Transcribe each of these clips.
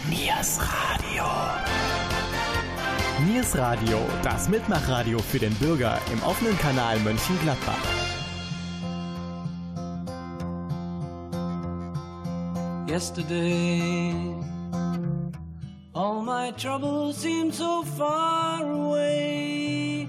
Niers Radio. Niers Radio, das Mitmachradio für den Bürger im offenen Kanal Mönchengladbach. Yesterday, all my troubles seem so far away.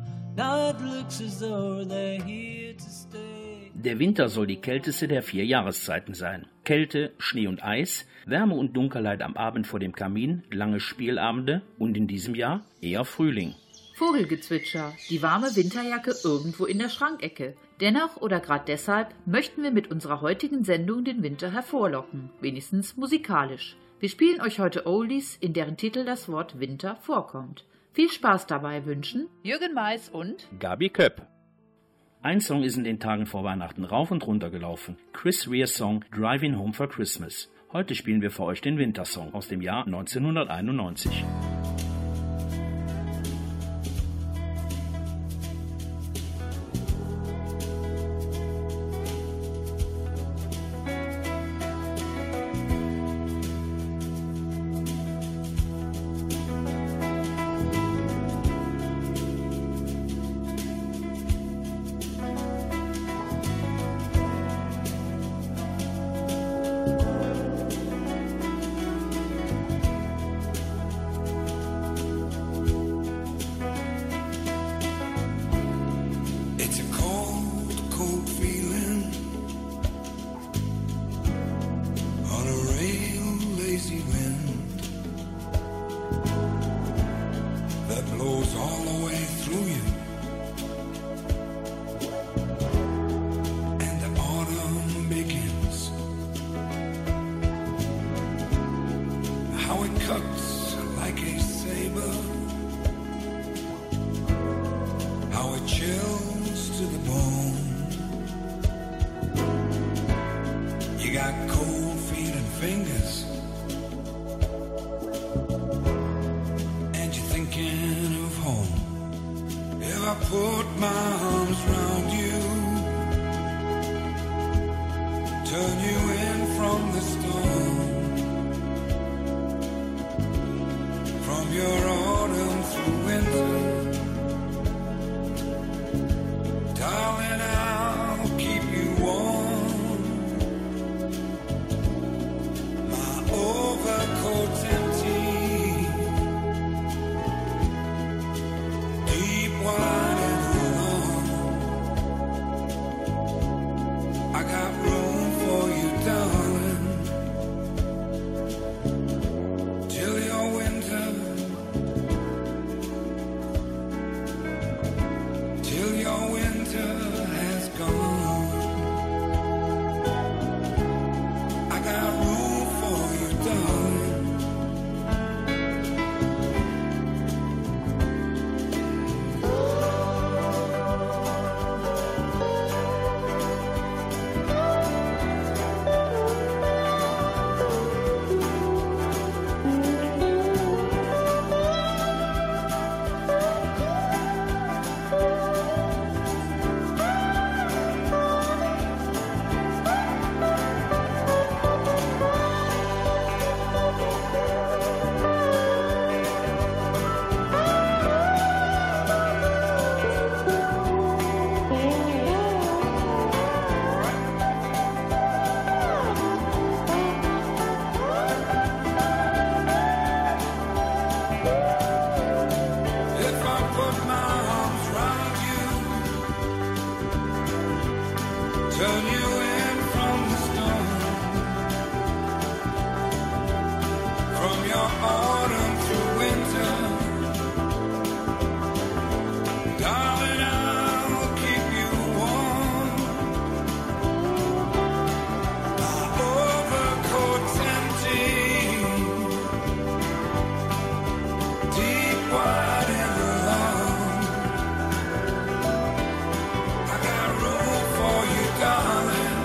Now it looks as though they're here to stay. Der Winter soll die kälteste der 4 Jahreszeiten sein. Kälte, Schnee und Eis, Wärme und Dunkelheit am Abend vor dem Kamin, lange Spielabende und in diesem Jahr eher Frühling. Vogelgezwitscher, die warme Winterjacke irgendwo in der Schrankecke. Dennoch oder gerade deshalb möchten wir mit unserer heutigen Sendung den Winter hervorlocken, wenigstens musikalisch. Wir spielen euch heute Oldies, in deren Titel das Wort Winter vorkommt. Viel Spaß dabei wünschen Jürgen Mais und Gabi Köpp. Ein Song ist in den Tagen vor Weihnachten rauf und runter gelaufen. Chris Rears Song Driving Home for Christmas. Heute spielen wir für euch den Wintersong aus dem Jahr 1991.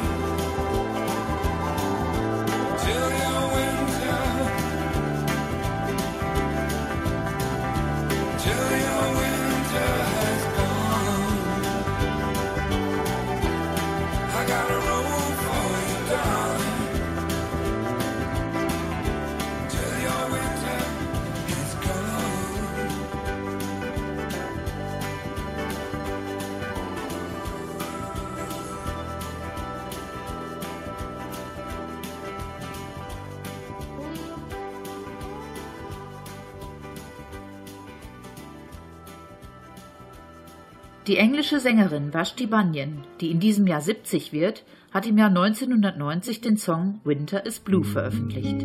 Till your winter Die englische Sängerin Vashti Bunyan, die in diesem Jahr 70 wird, hat im Jahr 1990 den Song Winter is Blue veröffentlicht.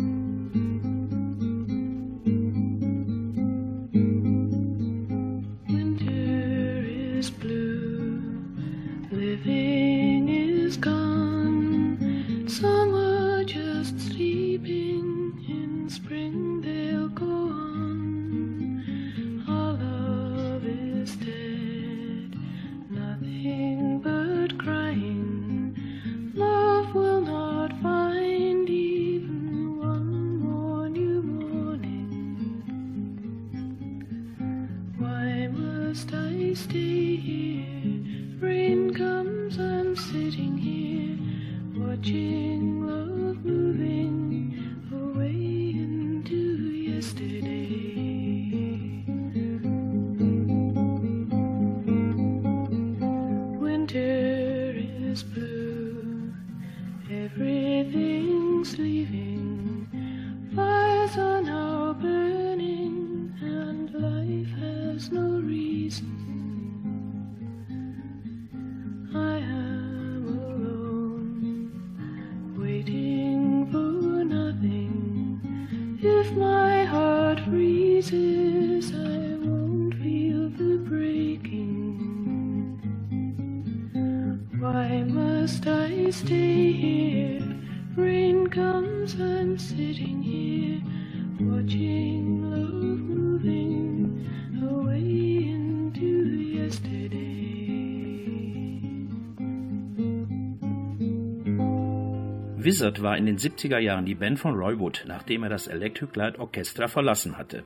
Wizard war in den 70er Jahren die Band von Roy Wood, nachdem er das Electric Light Orchestra verlassen hatte.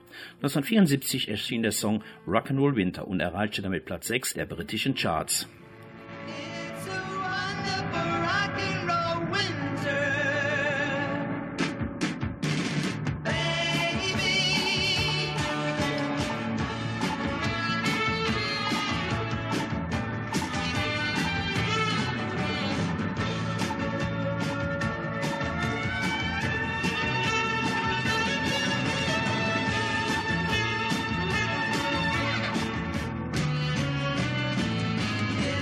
1974 erschien der Song Rock'n'Roll Winter und erreichte damit Platz 6 der britischen Charts. It's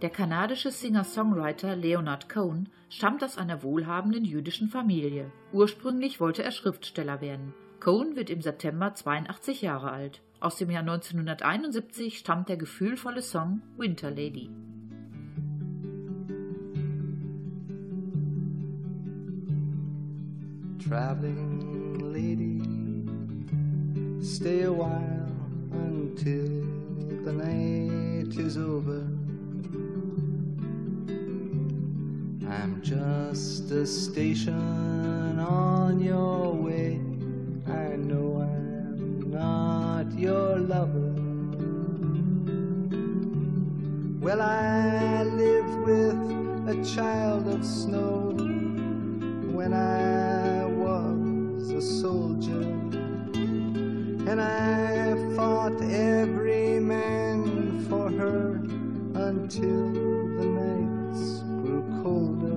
Der kanadische Singer-Songwriter Leonard Cohen stammt aus einer wohlhabenden jüdischen Familie. Ursprünglich wollte er Schriftsteller werden. Cohen wird im September 82 Jahre alt. Aus dem Jahr 1971 stammt der gefühlvolle Song Winter Lady. Traveling lady, stay a while until the night is over. I'm just a station on your way. I know I'm not your lover. Well, I lived with a child of snow when I was a soldier, and I fought every man for her until the nights grew colder.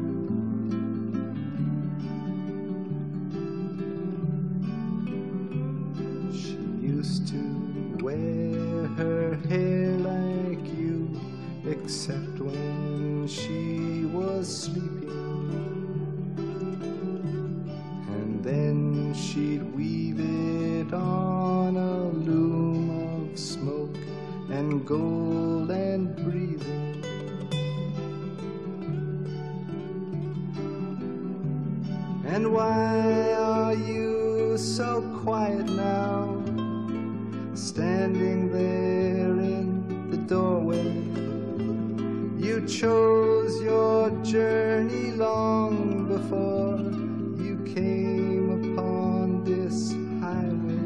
She used to wear her hair like you, except when she was sleeping. Then she'd weave it on a loom of smoke and gold and breathing. And why are you so quiet now, standing there in the doorway? You chose your journey long before you came upon this highway.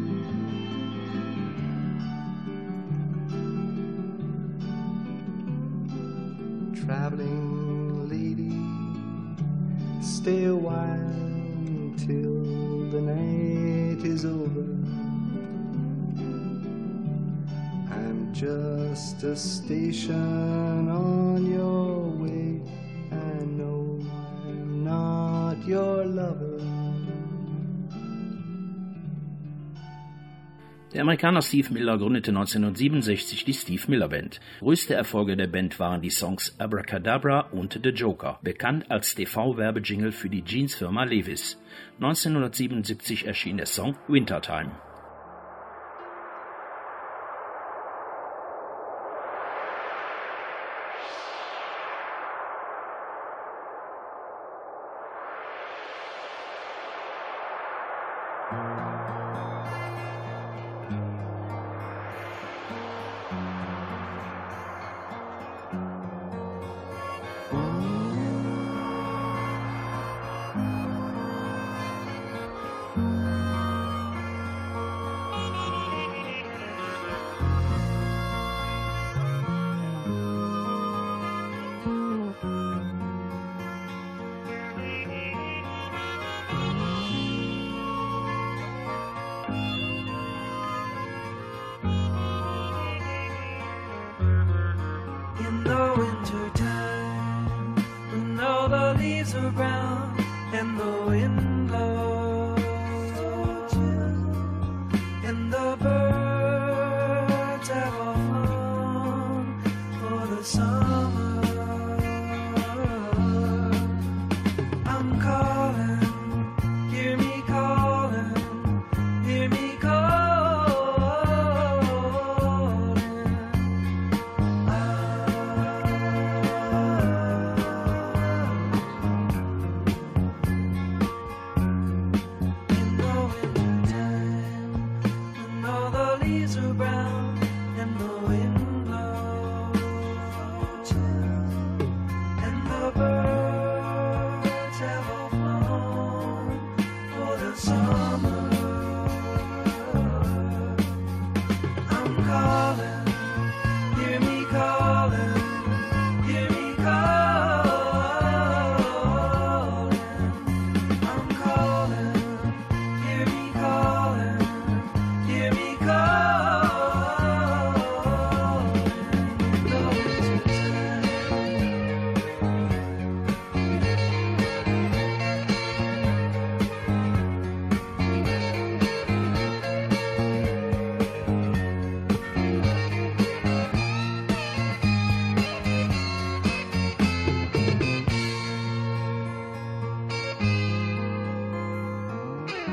Traveling lady, stay a while until the night is over. I'm just a station on your way. I know I'm not your lover. Der Amerikaner Steve Miller gründete 1967 die Steve Miller Band. Größte Erfolge der Band waren die Songs Abracadabra und The Joker, bekannt als TV-Werbejingle für die Jeansfirma Levi's. 1977 erschien der Song Wintertime. In the wintertime, when all the leaves are brown and the wind blows so chill, and the birds have all flown for the summer, I'm calling, hear me calling, hear me calling.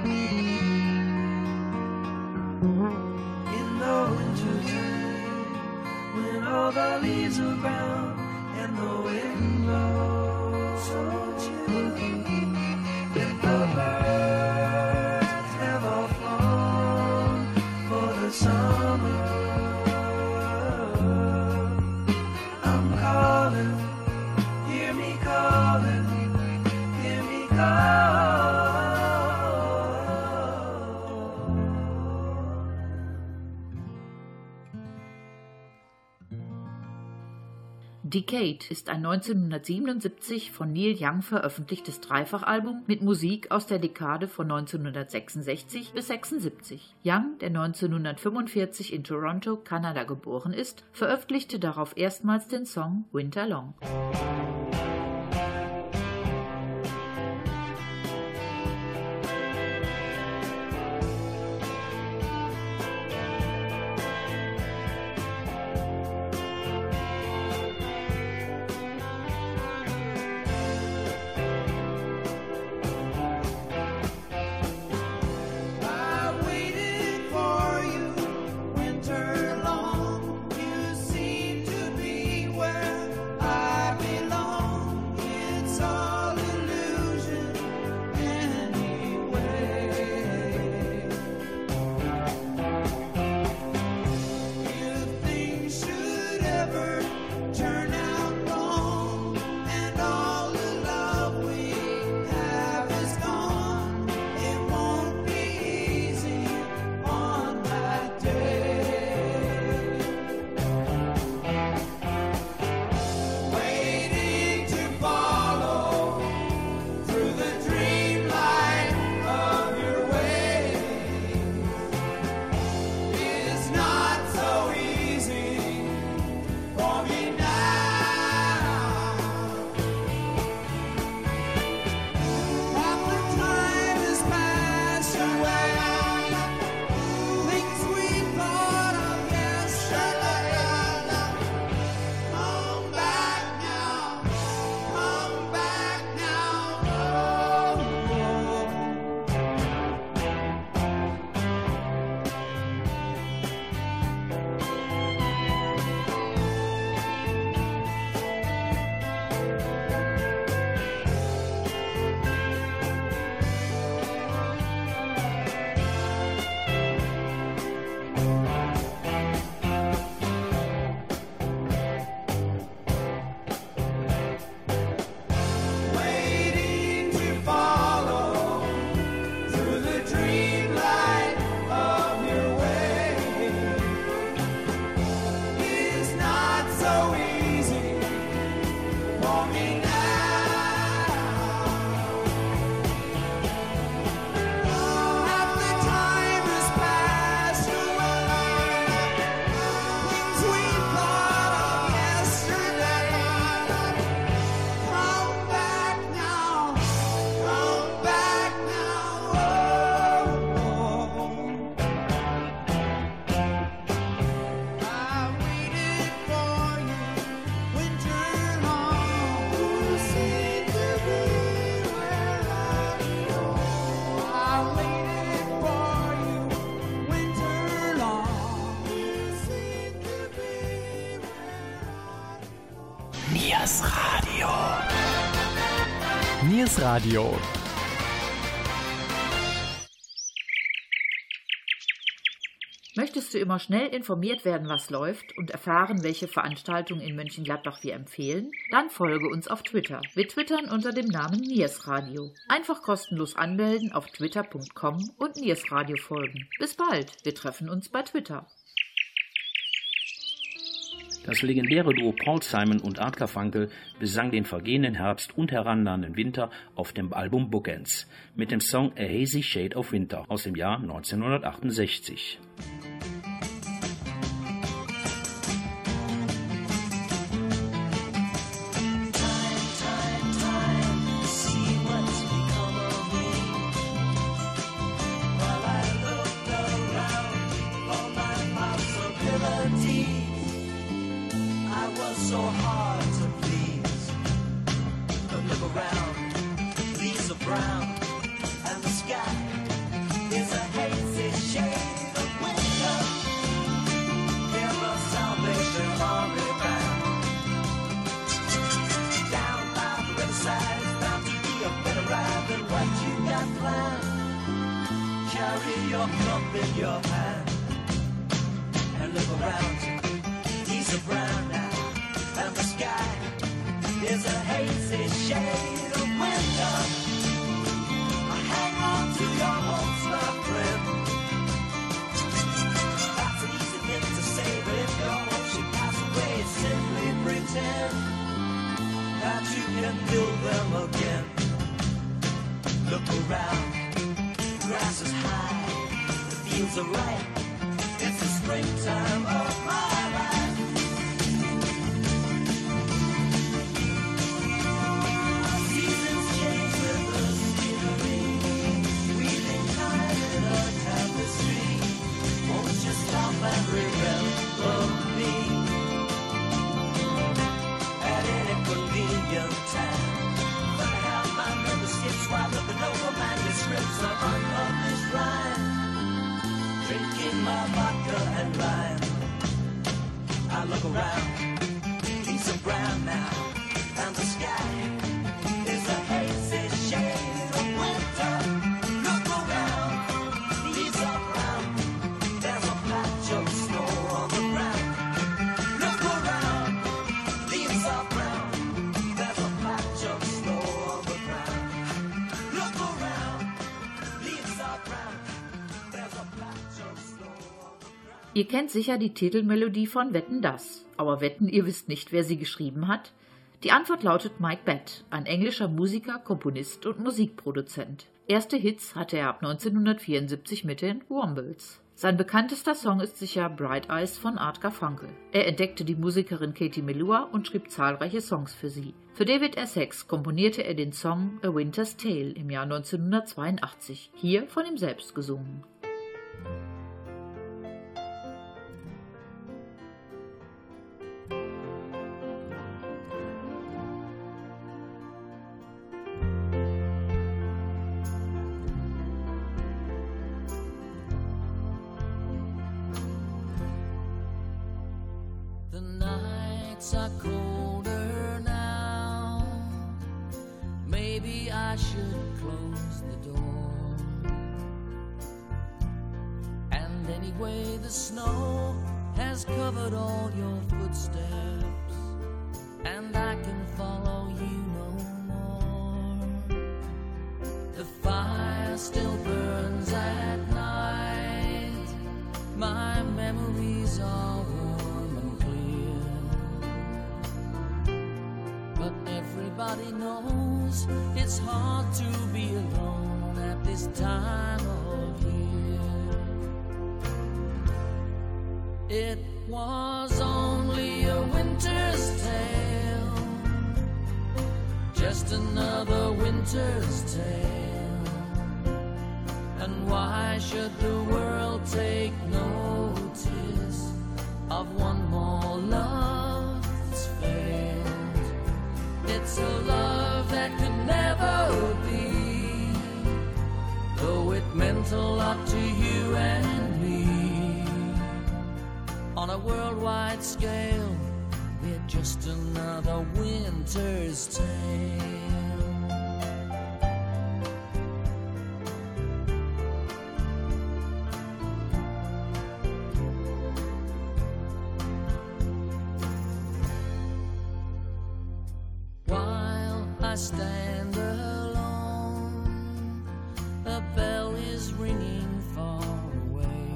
In the wintertime, when all the leaves are brown and the wind blows so chill, when the birds have all flown for the summer, I'm calling, hear me calling, hear me calling. Decade ist ein 1977 von Neil Young veröffentlichtes Dreifachalbum mit Musik aus der Dekade von 1966 bis 76. Young, der 1945 in Toronto, Kanada geboren ist, veröffentlichte darauf erstmals den Song Winter Long. Niers Radio. Niers Radio. Möchtest du immer schnell informiert werden, was läuft und erfahren, welche Veranstaltungen in Mönchengladbach wir empfehlen? Dann folge uns auf Twitter. Wir twittern unter dem Namen Niers Radio. Einfach kostenlos anmelden auf twitter.com und Niers Radio folgen. Bis bald, wir treffen uns bei Twitter. Das legendäre Duo Paul Simon und Art Garfunkel besang den vergehenden Herbst und herannahenden Winter auf dem Album Bookends mit dem Song A Hazy Shade of Winter aus dem Jahr 1968. So hard to please, but look around, leaves are brown, and the sky carry your cup in your hand and look around you. He's a brown now, and the sky is a hazy shade of winter. Hang on to your hopes, my friend. That's an easy thing to say, but if your hopes should pass away, simply pretend that you can build them again. Look around, the grass is high, the fields are ripe. It's the springtime of my life. Seasons change with the scenery, weaving time in a tapestry. Won't you stop and remember me at any convenient time? When I have my memberships wide looking over manuscripts of unpublished rhyme, drinking my vodka and lime. I look around, leaves are brown now, and the sky is a hazy shade of winter. Look around, leaves are brown, there's a patch of snow on the ground. Look around, leaves are brown, there's a patch of snow on the ground. Look around, leaves are brown, there's a patch of snow on the ground. Ihr kennt sicher die Titelmelodie von Wetten, dass. Aber wetten, ihr wisst nicht, wer sie geschrieben hat? Die Antwort lautet Mike Batt, ein englischer Musiker, Komponist und Musikproduzent. Erste Hits hatte er ab 1974 mit den Wombles. Sein bekanntester Song ist sicher Bright Eyes von Art Garfunkel. Er entdeckte die Musikerin Katie Melua und schrieb zahlreiche Songs für sie. Für David Essex komponierte er den Song A Winter's Tale im Jahr 1982, hier von ihm selbst gesungen. The nights are colder now. Maybe I should close the door. And anyway, the snow has covered all your footsteps, and I can follow you no more. The fire still burns at night. My memories are warm and clear, but everybody knows it's hard to be alone at this time of year. It was only a winter's tale, just another winter's tale. And why should the world take notice of one more love that's failed? It's a love that could never be, though it meant a lot to you and me. On a worldwide scale, we're just another winter's tale. I stand alone, a bell is ringing far away.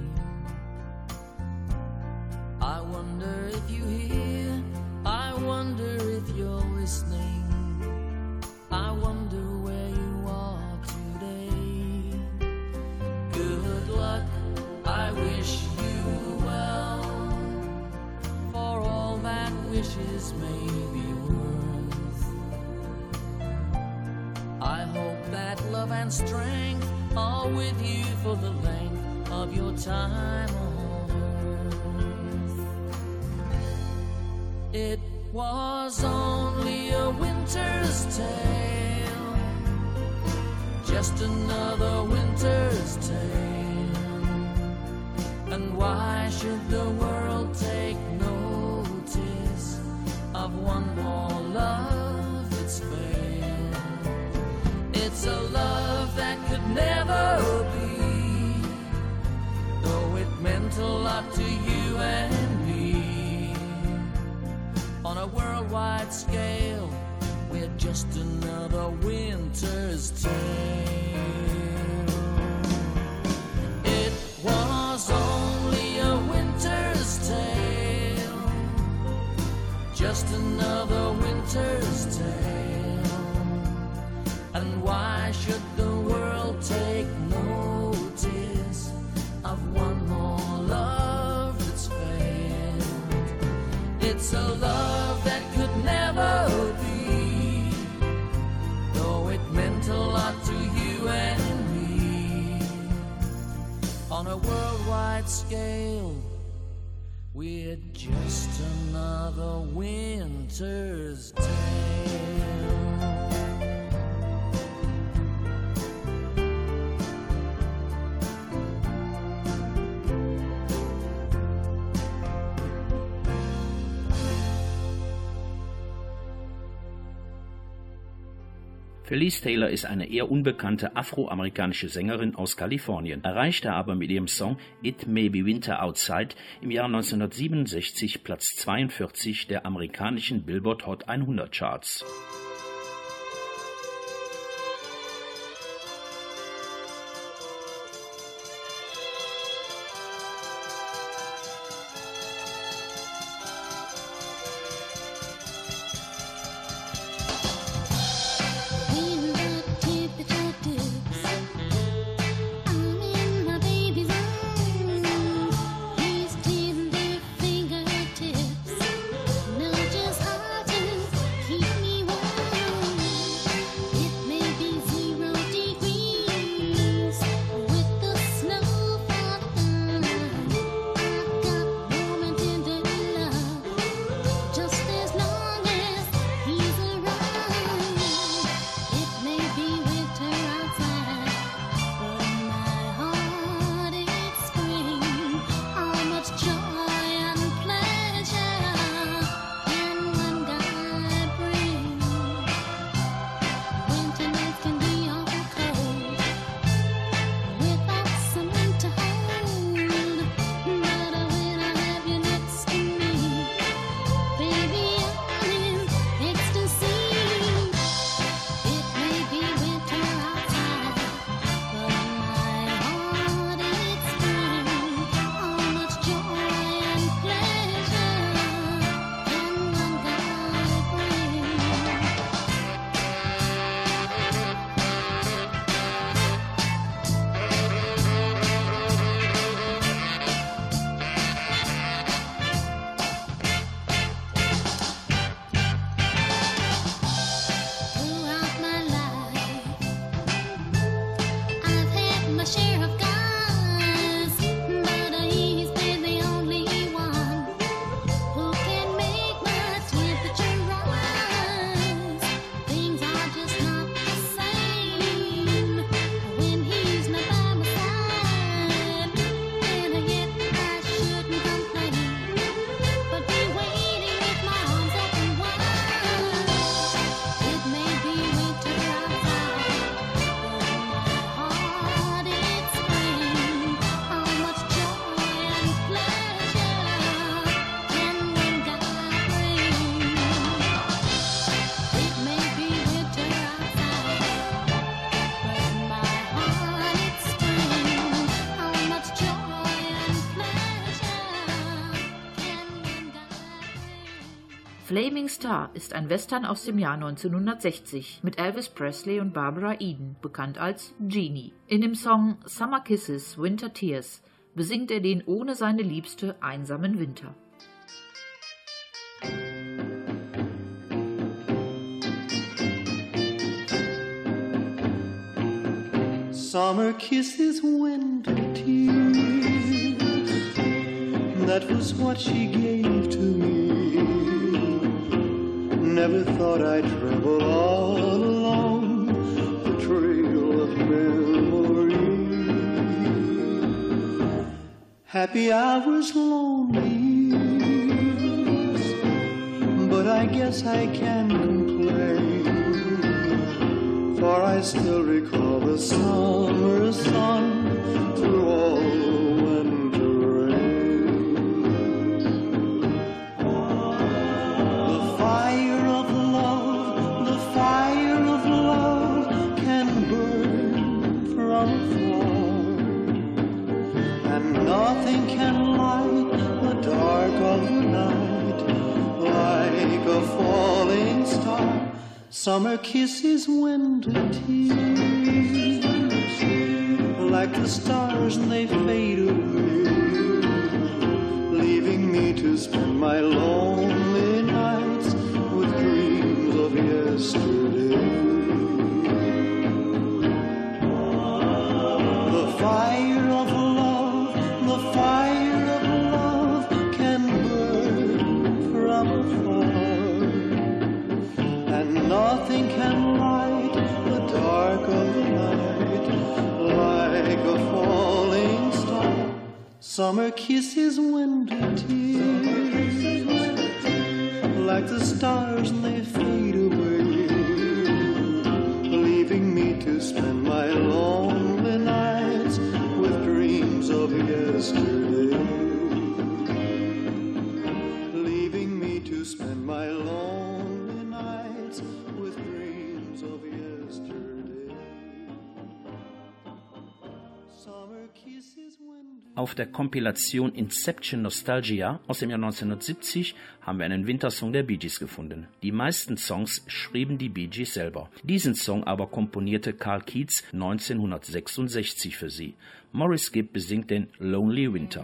I wonder if you hear, I wonder if you're listening, I wonder where you are today. Good luck, I wish you well, for all that wishes may be worth. I hope that love and strength are with you for the length of your time on earth. It was only a winter's tale, just another winter's tale. And why should the world take notice of one more love that's failed? It's a love that could never be, lot to you and me. On a worldwide scale, we're just another winter's tale. It was only a winter's tale, just another winter's tale. And why should the world take notice of one more love that's failed? It's a love that could never be, though it meant a lot to you and me. On a worldwide scale, we're just another winter's tale. Felice Taylor ist eine eher unbekannte afroamerikanische Sängerin aus Kalifornien, erreichte aber mit ihrem Song It May Be Winter Outside im Jahr 1967 Platz 42 der amerikanischen Billboard Hot 100 Charts. Flaming Star ist ein Western aus dem Jahr 1960 mit Elvis Presley und Barbara Eden, bekannt als Jeannie. In dem Song Summer Kisses, Winter Tears besingt er den ohne seine Liebste einsamen Winter. Summer kisses, winter tears, that was what she gave to me. Never thought I'd travel all along the trail of memory. Happy hours, lonely years, but I guess I can't complain, for I still recall the summer sun through all the winter rain. a falling star, summer kisses, winter tears, like the stars and they fade away, leaving me to spend my lonely nights with dreams of yesterday. The fire of love, the fire of love can burn from afar, and nothing can light the dark of the night like a falling star. Summer kisses, winter tears, like the stars and they fade away, leaving me to spend my lonely nights with dreams of yesterday. Leaving me to spend my lonely nights with dreams of yesterday. Summer kisses, winter. Auf der Kompilation Inception Nostalgia aus dem Jahr 1970 haben wir einen Wintersong der Bee Gees gefunden. Die meisten Songs schrieben die Bee Gees selber. Diesen Song aber komponierte Carl Keats 1966 für sie. Maurice Gibb besingt den Lonely Winter.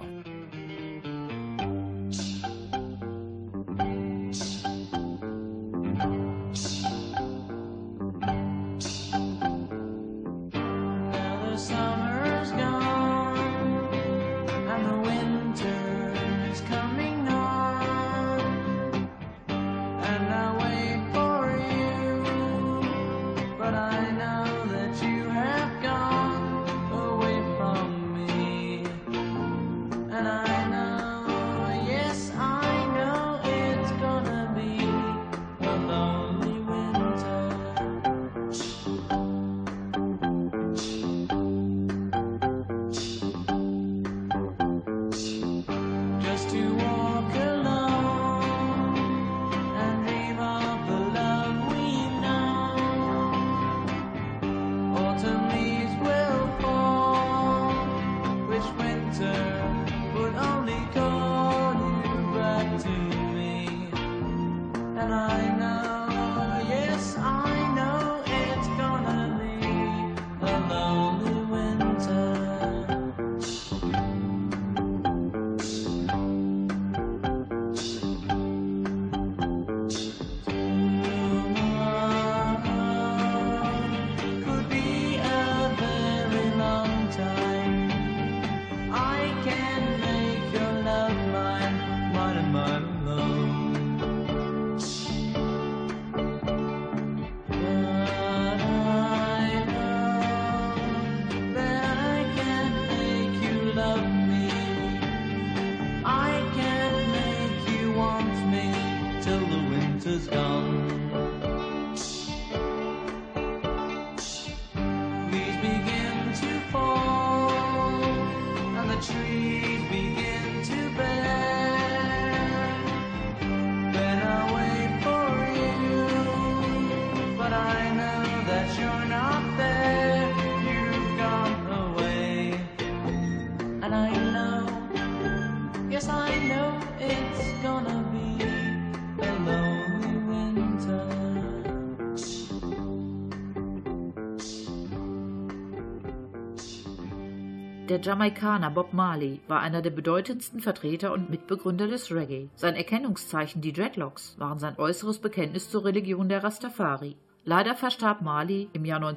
Der Jamaikaner Bob Marley war einer der bedeutendsten Vertreter und Mitbegründer des Reggae. Sein Erkennungszeichen, die Dreadlocks, waren sein äußeres Bekenntnis zur Religion der Rastafari. Leider verstarb Marley im Jahr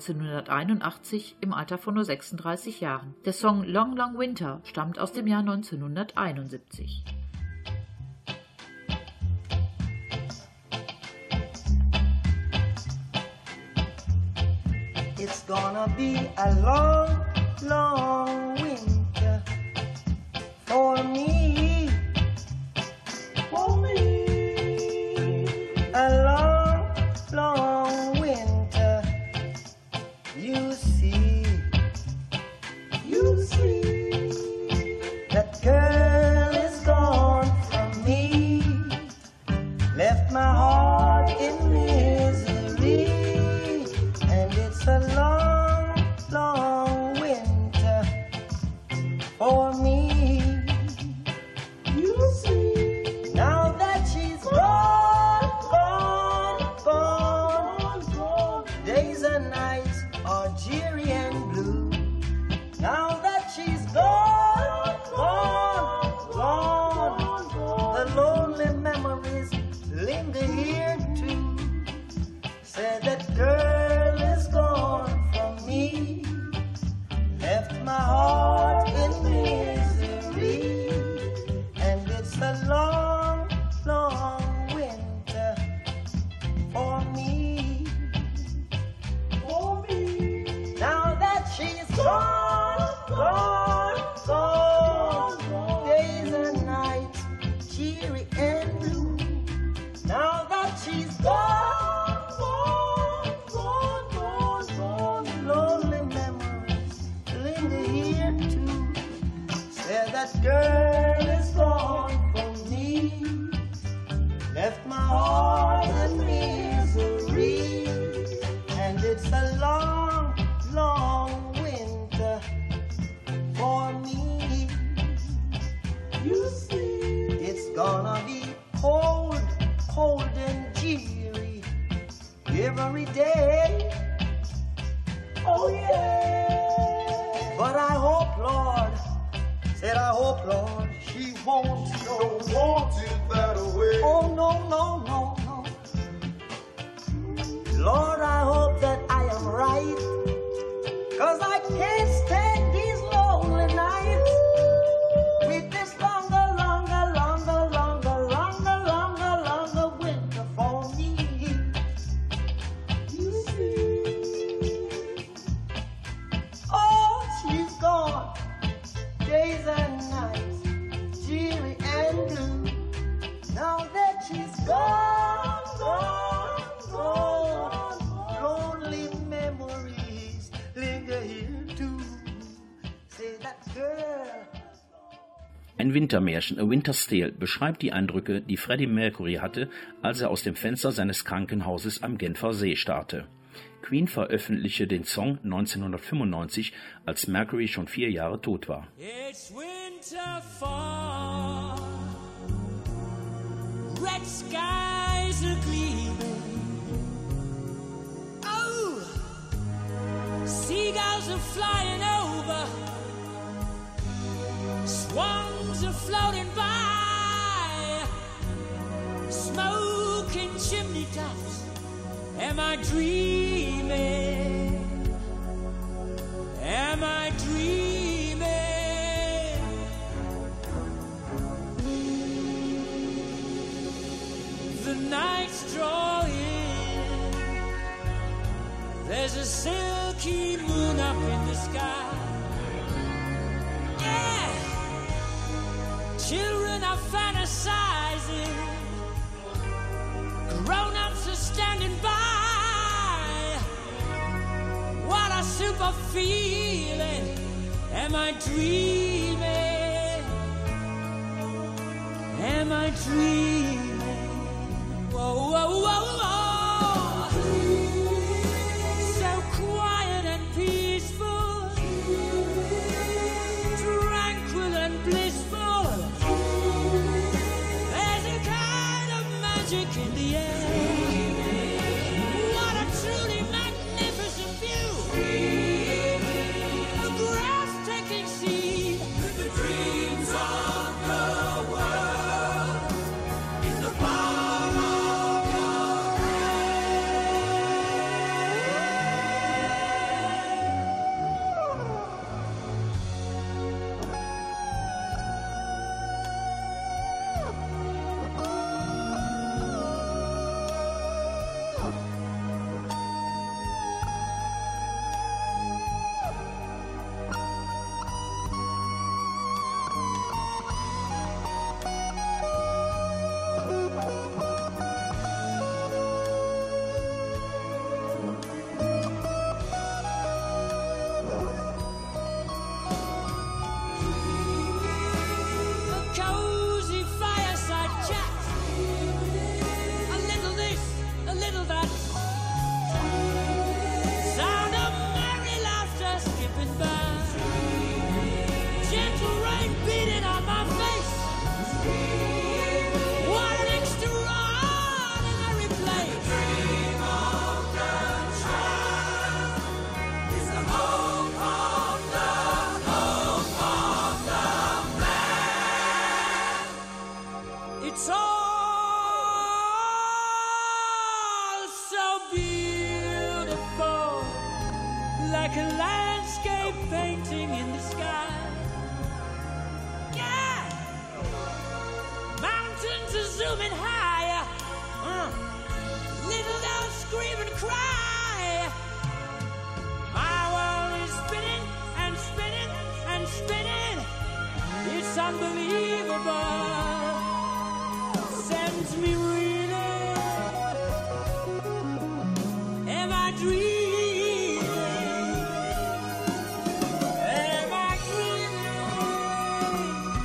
1981 im Alter von nur 36 Jahren. Der Song Long Long Winter stammt aus dem Jahr 1971. It's gonna be a long, long winter for me, a long, long winter. You see, that girl is gone from me, left my heart in misery, and it's a long, long winter that girl is gone from me, left my heart in misery, and it's a long, long winter for me. You see, it's gonna be cold, cold and dreary every day. Oh yeah. But I hope, Lord, said I hope, Lord, she won't. She don't want it that way. Oh no, no, no, no. Lord, I hope that I am right, 'cause I can't stand these lonely nights with this longer winter for me. You see, oh, she's gone, days and nights, dreary and blue. Now that she's gone, lonely memories linger here too. Say that girl. Ein Wintermärchen, A Winter's Tale, beschreibt die Eindrücke, die Freddie Mercury hatte, als er aus dem Fenster seines Krankenhauses am Genfer See starrte. Queen veröffentlichte den Song 1995, als Mercury schon 4 Jahre tot war. It's winter fall, red skies are gleaming. Oh, seagulls are flying over, swans are floating by, smoking chimney tops. Am I dreaming? Am I dreaming? The nights draw in. There's a silky moon up in the sky. Yeah, children are fantasizing. Grown-ups are standing by. What a super feeling. Am I dreaming? Am I dreaming? Whoa, whoa, whoa, whoa. So quiet and peaceful, tranquil and blissful. There's a kind of magic in the air. What a truly magnificent view. A breathtaking scene. With the dreams of the world in the palm of your like a landscape painting in the sky. Yeah! Mountains are zooming higher. Little dogs scream and cry. My world is spinning and spinning and spinning. It's unbelievable. Sends me reeling. Am I dreaming? Am I dreaming?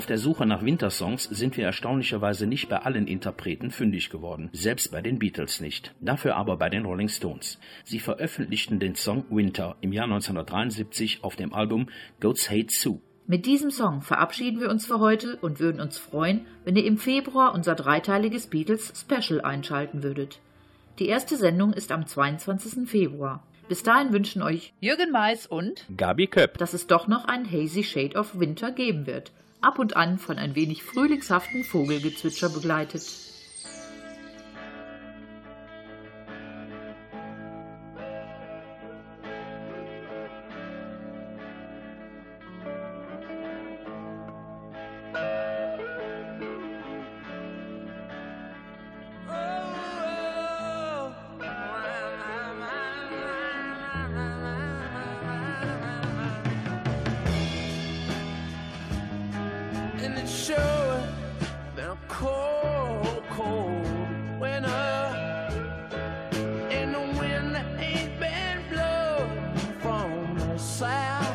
der Suche nach Wintersongs sind wir erstaunlicherweise nicht bei allen Interpreten fündig geworden, selbst bei den Beatles nicht. Dafür aber bei den Rolling Stones. Sie veröffentlichten den Song Winter im Jahr 1973 auf dem Album Goats Hate Sue. Mit diesem Song verabschieden wir uns für heute und würden uns freuen, wenn ihr im Februar unser dreiteiliges Beatles-Special einschalten würdet. Die erste Sendung ist am 22. Februar. Bis dahin wünschen euch Jürgen Mais und Gabi Köpp, dass es doch noch einen Hazy Shade of Winter geben wird, ab und an von ein wenig frühlingshaften Vogelgezwitscher begleitet. And it sure been a cold, cold winter. And the wind ain't been blowing from the south.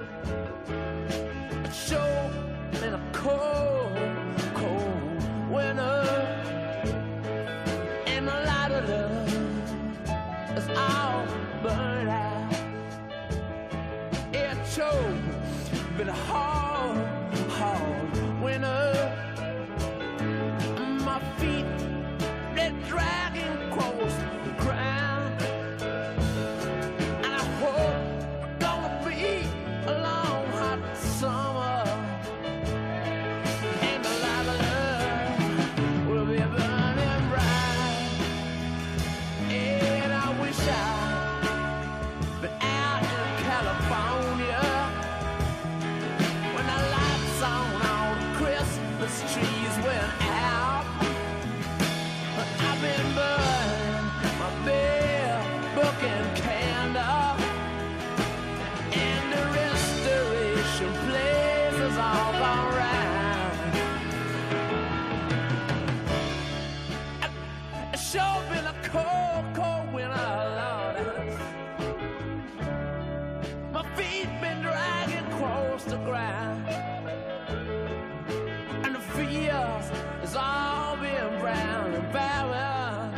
It sure been a cold, cold winter. And a lot of love is all burned out. It sure been a hard winter. My feet, they're dragging across the ground. And I hope it's gonna be a long hot summer. And a lot of love will be burning bright. And I wish I'd been out in California when the lights on all the Christmas trees went out. But I've been burning my bare book and candle, and the restoration place is all gone round. It's sure been a cold, cold winter, Lord. My feet been dragging across the ground, and the fields is all been brown and barren,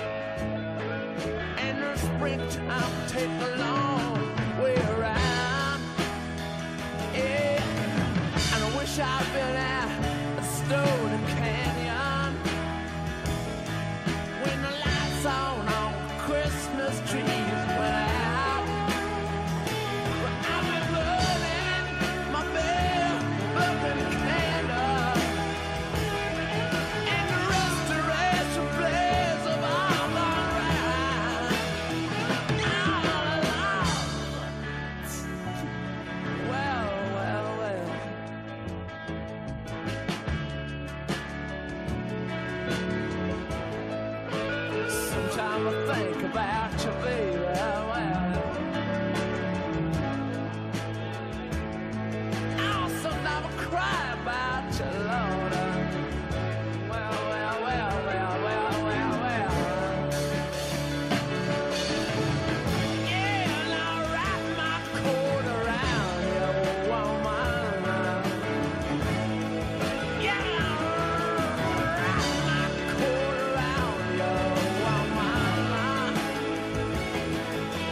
and the springtime take a long way around. Yeah, and I wish I'd been at a Stone Canyon when the lights on all the Christmas trees went out. But I've been burning my bare burning candle, and the restoration plays of all gone round. All along. Well, well, well. Sometimes I think about you, baby. Well, oh, sometimes I cry about you, Lord. Well, well, well, well, well, well, well. Yeah, and I'll wrap my coat around you, woman. Yeah, I'll wrap my coat around you, woman.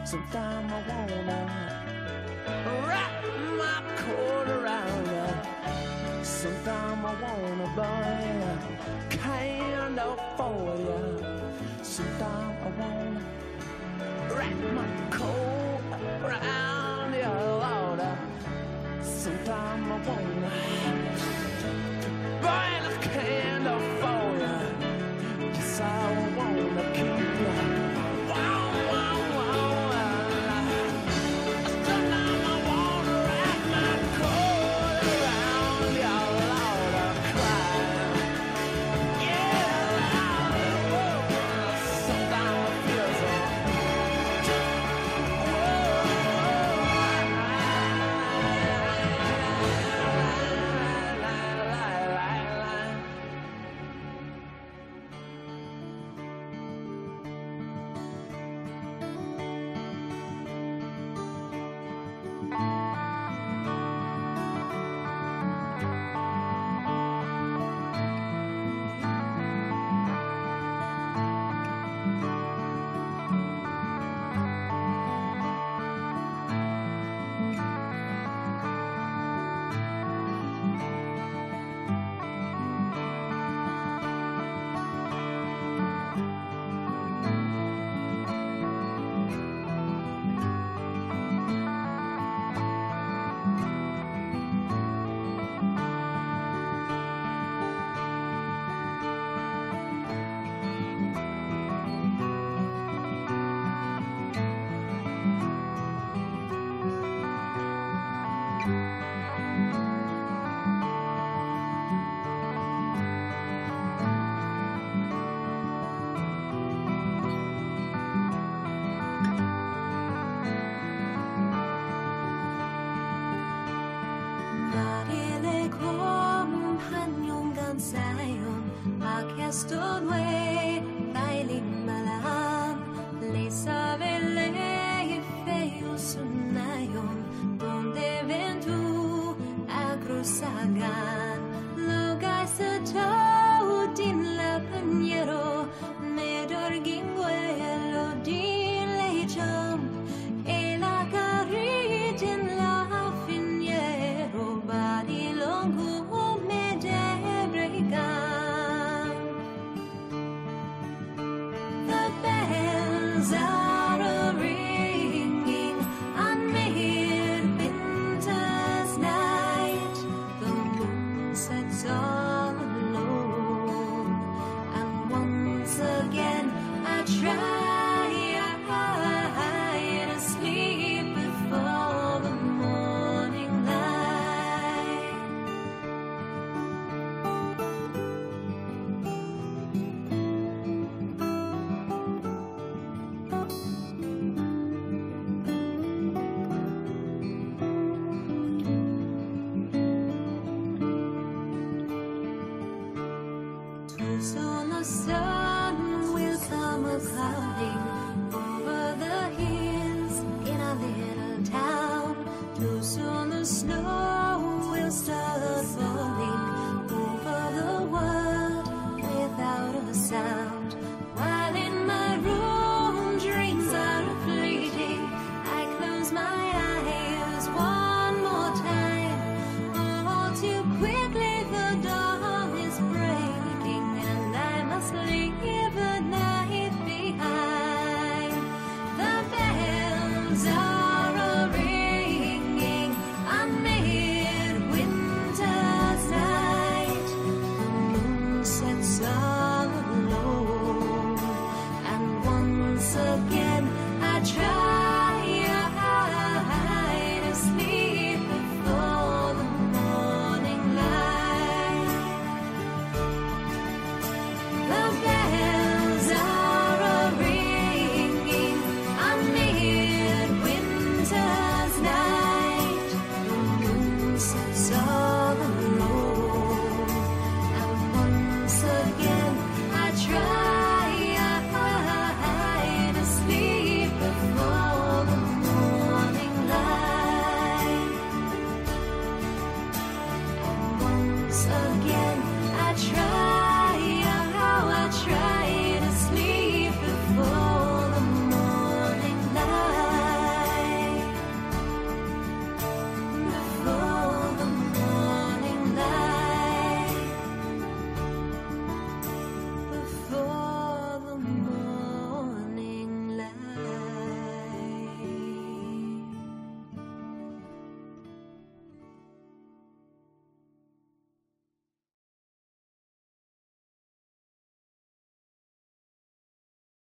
Sometimes I wanna wrap my coat around you. Sometimes I wanna burn a candle for you. Sometimes I wanna wrap my coat around you, Lord. Sometimes I wanna burn a candle for you. Yes, I wanna keep you. Wow, wow, wow. Sometimes I wanna wrap my coat around you, Lord. Cry. Yeah, Lord. Sometimes I feel so. Stood way by Limbalam, Lesa Vele Feo Sunayon, donde ven tú a Cruzagan, lugar se din la Pañero, me dorguinguelo din lecham, e la carritin la Finiero, badi longu me debregan. The bells are